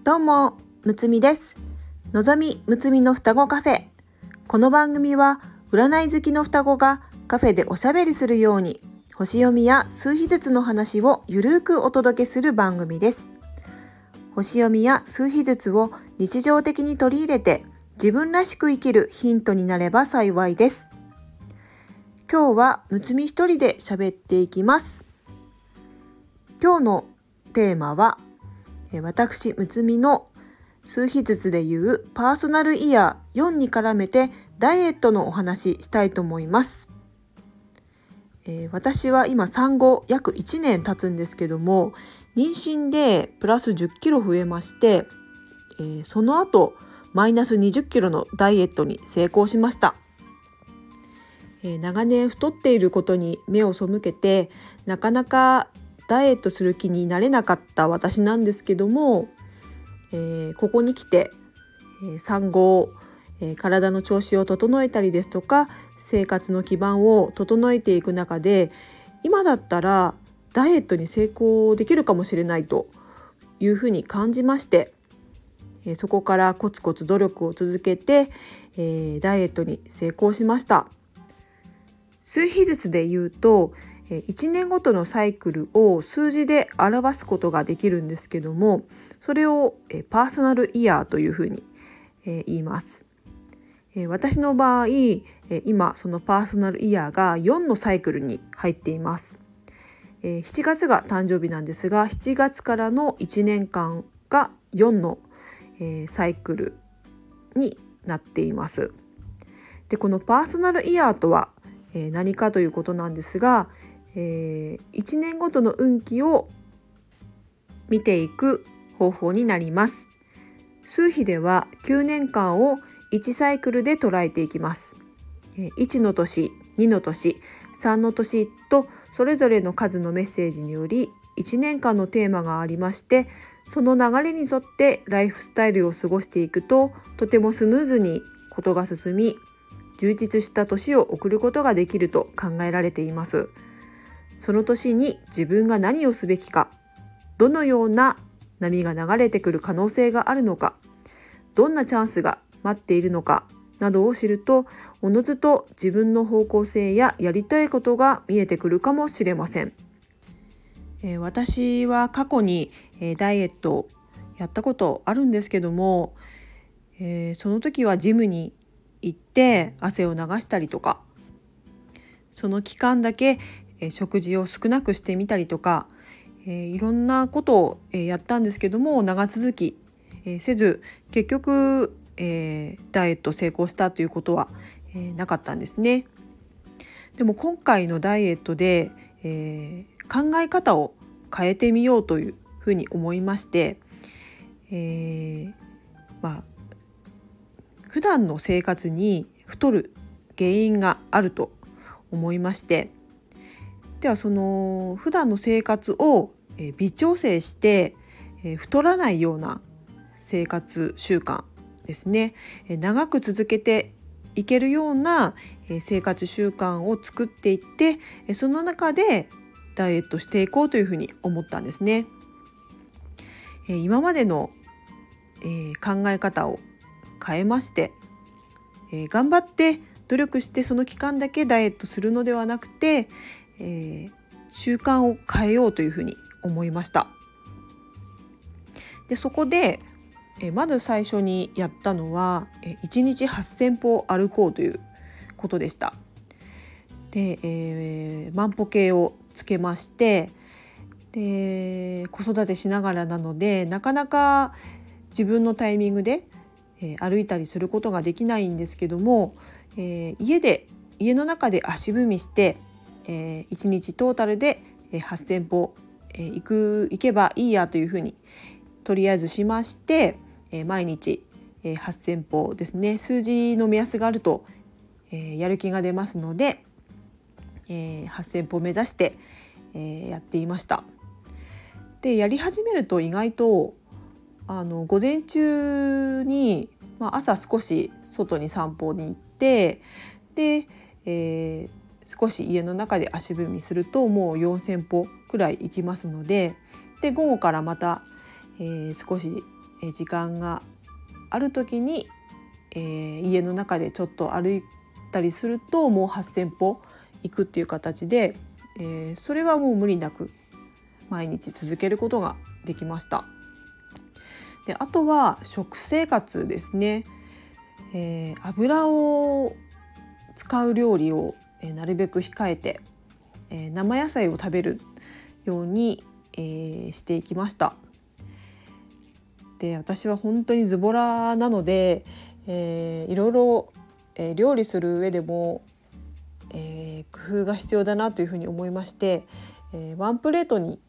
どうも、むつみです。のぞみむつみの双子カフェ。この番組は占い好きの双子がカフェでおしゃべりするように星読みや数秘術の話をゆるくお届けする番組です。星読みや数秘術を日常的に取り入れて自分らしく生きるヒントになれば幸いです。今日はむつみ一人で喋っていきます。今日のテーマは私むつみの数秘術でいうパーソナルイヤー4に絡めてダイエットのお話したいと思います。私は今産後約1年経つんですけども、妊娠でプラス10キロ増えまして、その後マイナス20キロのダイエットに成功しました。長年太っていることに目を背けてなかなかダイエットする気になれなかった私なんですけども、ここに来て、産後、体の調子を整えたりですとか生活の基盤を整えていく中で、今だったらダイエットに成功できるかもしれないというふうに感じまして、そこからコツコツ努力を続けて、ダイエットに成功しました。数秘術で言うと1年ごとのサイクルを数字で表すことができるんですけども、それをパーソナルイヤーというふうに言います。私の場合今そのパーソナルイヤーが4のサイクルに入っています。7月が誕生日なんですが、7月からの1年間が4のサイクルになっています。で、このパーソナルイヤーとは何かということなんですが、1年ごとの運気を見ていく方法になります。数秘では9年間を1サイクルで捉えていきます。1の年、2の年、3の年とそれぞれの数のメッセージにより1年間のテーマがありまして、その流れに沿ってライフスタイルを過ごしていくと、とてもスムーズにことが進み、充実した年を送ることができると考えられています。その年に自分が何をすべきか、どのような波が流れてくる可能性があるのか、どんなチャンスが待っているのかなどを知ると、おのずと自分の方向性ややりたいことが見えてくるかもしれません。私は過去にダイエットをやったことあるんですけども、その時はジムに行って汗を流したりとか、その期間だけ食事を少なくしてみたりとか、いろんなことをやったんですけども、長続きせず結局ダイエット成功したということはなかったんですね。でも今回のダイエットで考え方を変えてみようというふうに思いまして、普段の生活に太る原因があると思いまして、ではその普段の生活を微調整して太らないような生活習慣ですね、長く続けていけるような生活習慣を作っていって、その中でダイエットしていこうというふうに思ったんですね。今までの考え方を変えまして、頑張って努力してその期間だけダイエットするのではなくて、習慣を変えようというふうに思いました。で、そこでまず最初にやったのは1日8000歩歩こうということでした。で、万歩計をつけまして、で子育てしながらなのでなかなか自分のタイミングで歩いたりすることができないんですけども、家の中で足踏みして1日トータルで8000歩行けばいいやというふうにとりあえずしまして、毎日8000歩ですね、数字の目安があるとやる気が出ますので、8000歩目指してやっていました。で、やり始めると意外と午前中に、朝少し外に散歩に行って、で、少し家の中で足踏みするともう4000歩くらい行きますので、で午後からまた、少し、 時間がある時に、家の中でちょっと歩いたりするともう8,000歩行くっていう形で、それはもう無理なく毎日続けることができました。であとは食生活ですね。油を使う料理をなるべく控えて、生野菜を食べるように、していきました。で私は本当にズボラなので、いろいろ、料理する上でも、工夫が必要だなというふうに思いまして、ワンプレートに、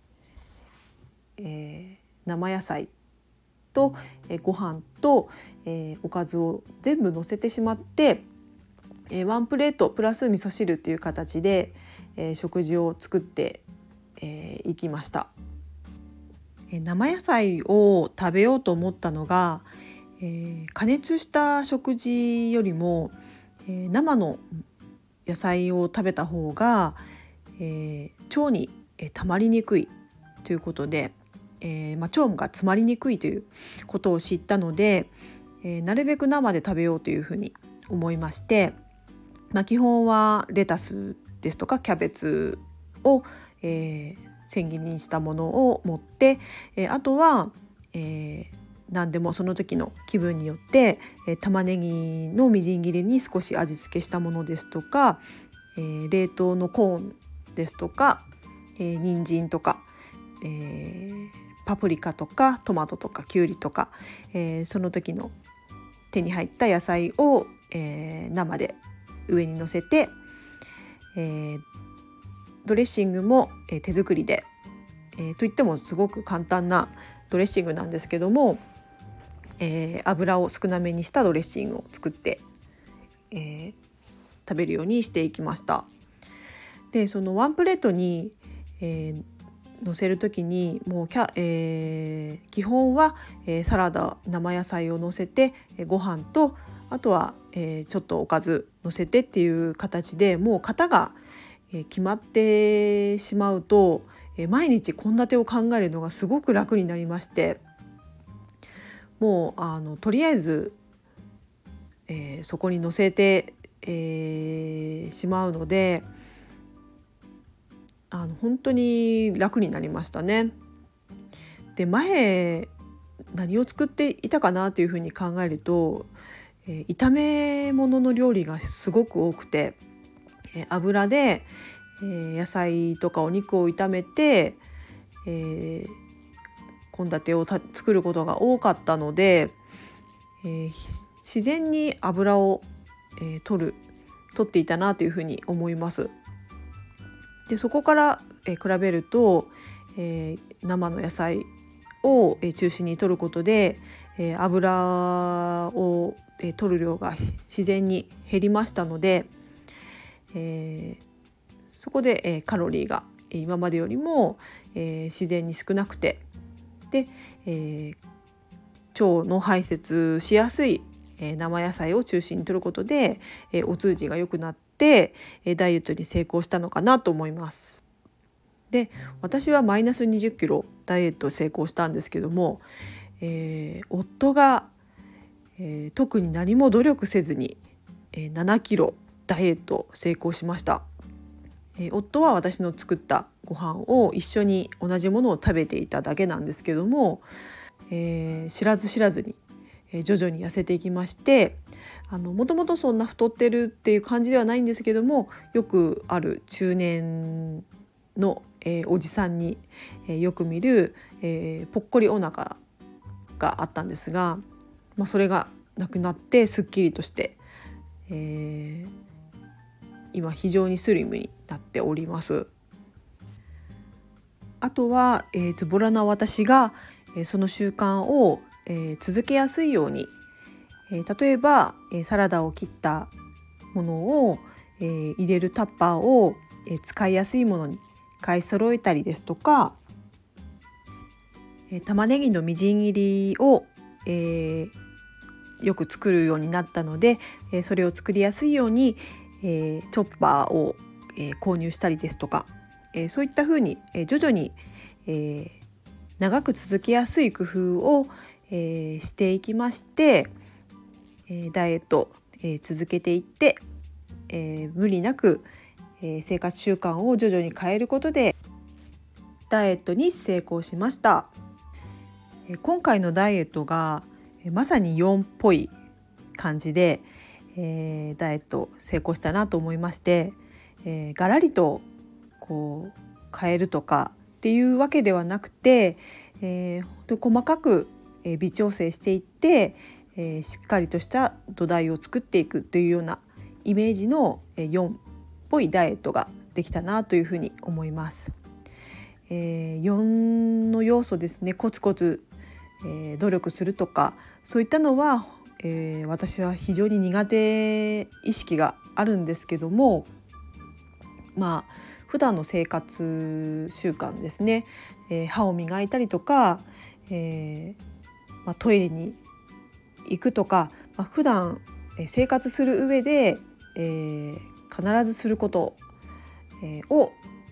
生野菜と、ご飯と、おかずを全部乗せてしまって、ワンプレートプラス味噌汁っていう形で、食事を作っていきました。生野菜を食べようと思ったのが、加熱した食事よりも、生の野菜を食べた方が、腸に溜まりにくいということで、腸が詰まりにくいということを知ったので、なるべく生で食べようというふうに思いまして、基本はレタスですとかキャベツを、千切りにしたものを持って、あとは、何でもその時の気分によって、玉ねぎのみじん切りに少し味付けしたものですとか、冷凍のコーンですとか、人参とか、パプリカとかトマトとかきゅうりとか、その時の手に入った野菜を、生で上に乗せて、ドレッシングも手作りで、といってもすごく簡単なドレッシングなんですけども、油を少なめにしたドレッシングを作って、食べるようにしていきました。でそのワンプレートに、乗せる時にもう基本は、サラダ生野菜を乗せて、ご飯とあとは、ちょっとおかず乗せてっていう形でもう型が、決まってしまうと、毎日献立を考えるのがすごく楽になりまして、もうとりあえず、そこに乗せて、しまうので本当に楽になりましたね。で前何を作っていたかなというふうに考えると、炒め物の料理がすごく多くて、油で、野菜とかお肉を炒めて、献立を作ることが多かったので、自然に油を、取っていたなというふうに思います。でそこから、比べると、生の野菜を、中心に摂ることで、油を、摂る量が自然に減りましたので、そこで、カロリーが今までよりも、自然に少なくてで、腸の排泄しやすい、生野菜を中心に摂ることで、お通じが良くなって、ダイエットに成功したのかなと思います。で私はマイナス20キロダイエット成功したんですけども、夫が、特に何も努力せずに、7キロダイエット成功しました。夫は私の作ったご飯を一緒に同じものを食べていただけなんですけども、知らず知らずに、徐々に痩せていきまして、もともとそんな太ってるっていう感じではないんですけども、よくある中年の、おじさんに、よく見る、ぽっこりお腹があったんですが、それがなくなってすっきりとして、今非常にスリムになっております。あとは、ズボラな私が、その習慣を、続けやすいように、例えば、サラダを切ったものを、入れるタッパーを、使いやすいものに買い揃えたりですとか、玉ねぎのみじん切りを、よく作るようになったので、それを作りやすいように、チョッパーを、購入したりですとか、そういったふうに、徐々に、長く続けやすい工夫を、 していきまして、ダイエット、続けていって、無理なく、生活習慣を徐々に変えることでダイエットに成功しました。今回のダイエットがまさに4っぽい感じで、ダイエット成功したなと思いまして、ガラリとこう変えるとかっていうわけではなくて、本当細かく微調整していって、しっかりとした土台を作っていくというようなイメージの4っぽいダイエットができたなというふうに思います。4の要素ですね。コツコツ、努力するとかそういったのは、私は非常に苦手意識があるんですけども、普段の生活習慣ですね、歯を磨いたりとか、トイレに行くとか、普段生活する上で、必ずすること、を、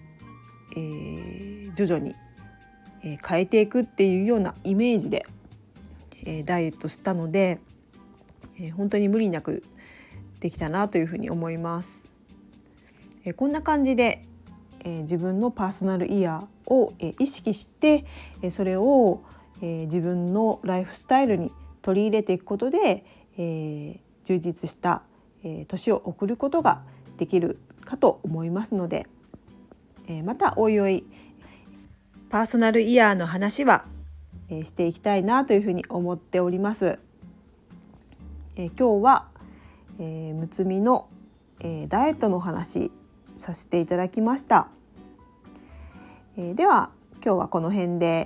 徐々に、変えていくっていうようなイメージで、ダイエットしたので、本当に無理なくできたなというふうに思います。こんな感じで、自分のパーソナルイヤーを、意識して、それを、自分のライフスタイルに取り入れていくことで、充実した、年を送ることができるかと思いますので、またおいおいパーソナルイヤーの話は、していきたいなというふうに思っております。今日は、むつみの、ダイエットの話させていただきました。では今日はこの辺で、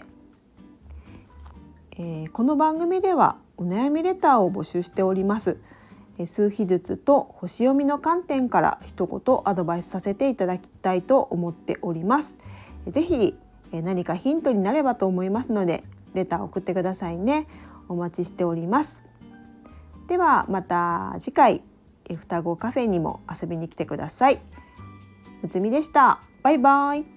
この番組ではお悩みレターを募集しております。数秘術と星読みの観点から一言アドバイスさせていただきたいと思っております。ぜひ何かヒントになればと思いますのでレターを送ってくださいね。お待ちしております。ではまた次回双子カフェにも遊びに来てください。むつみでした。バイバイ。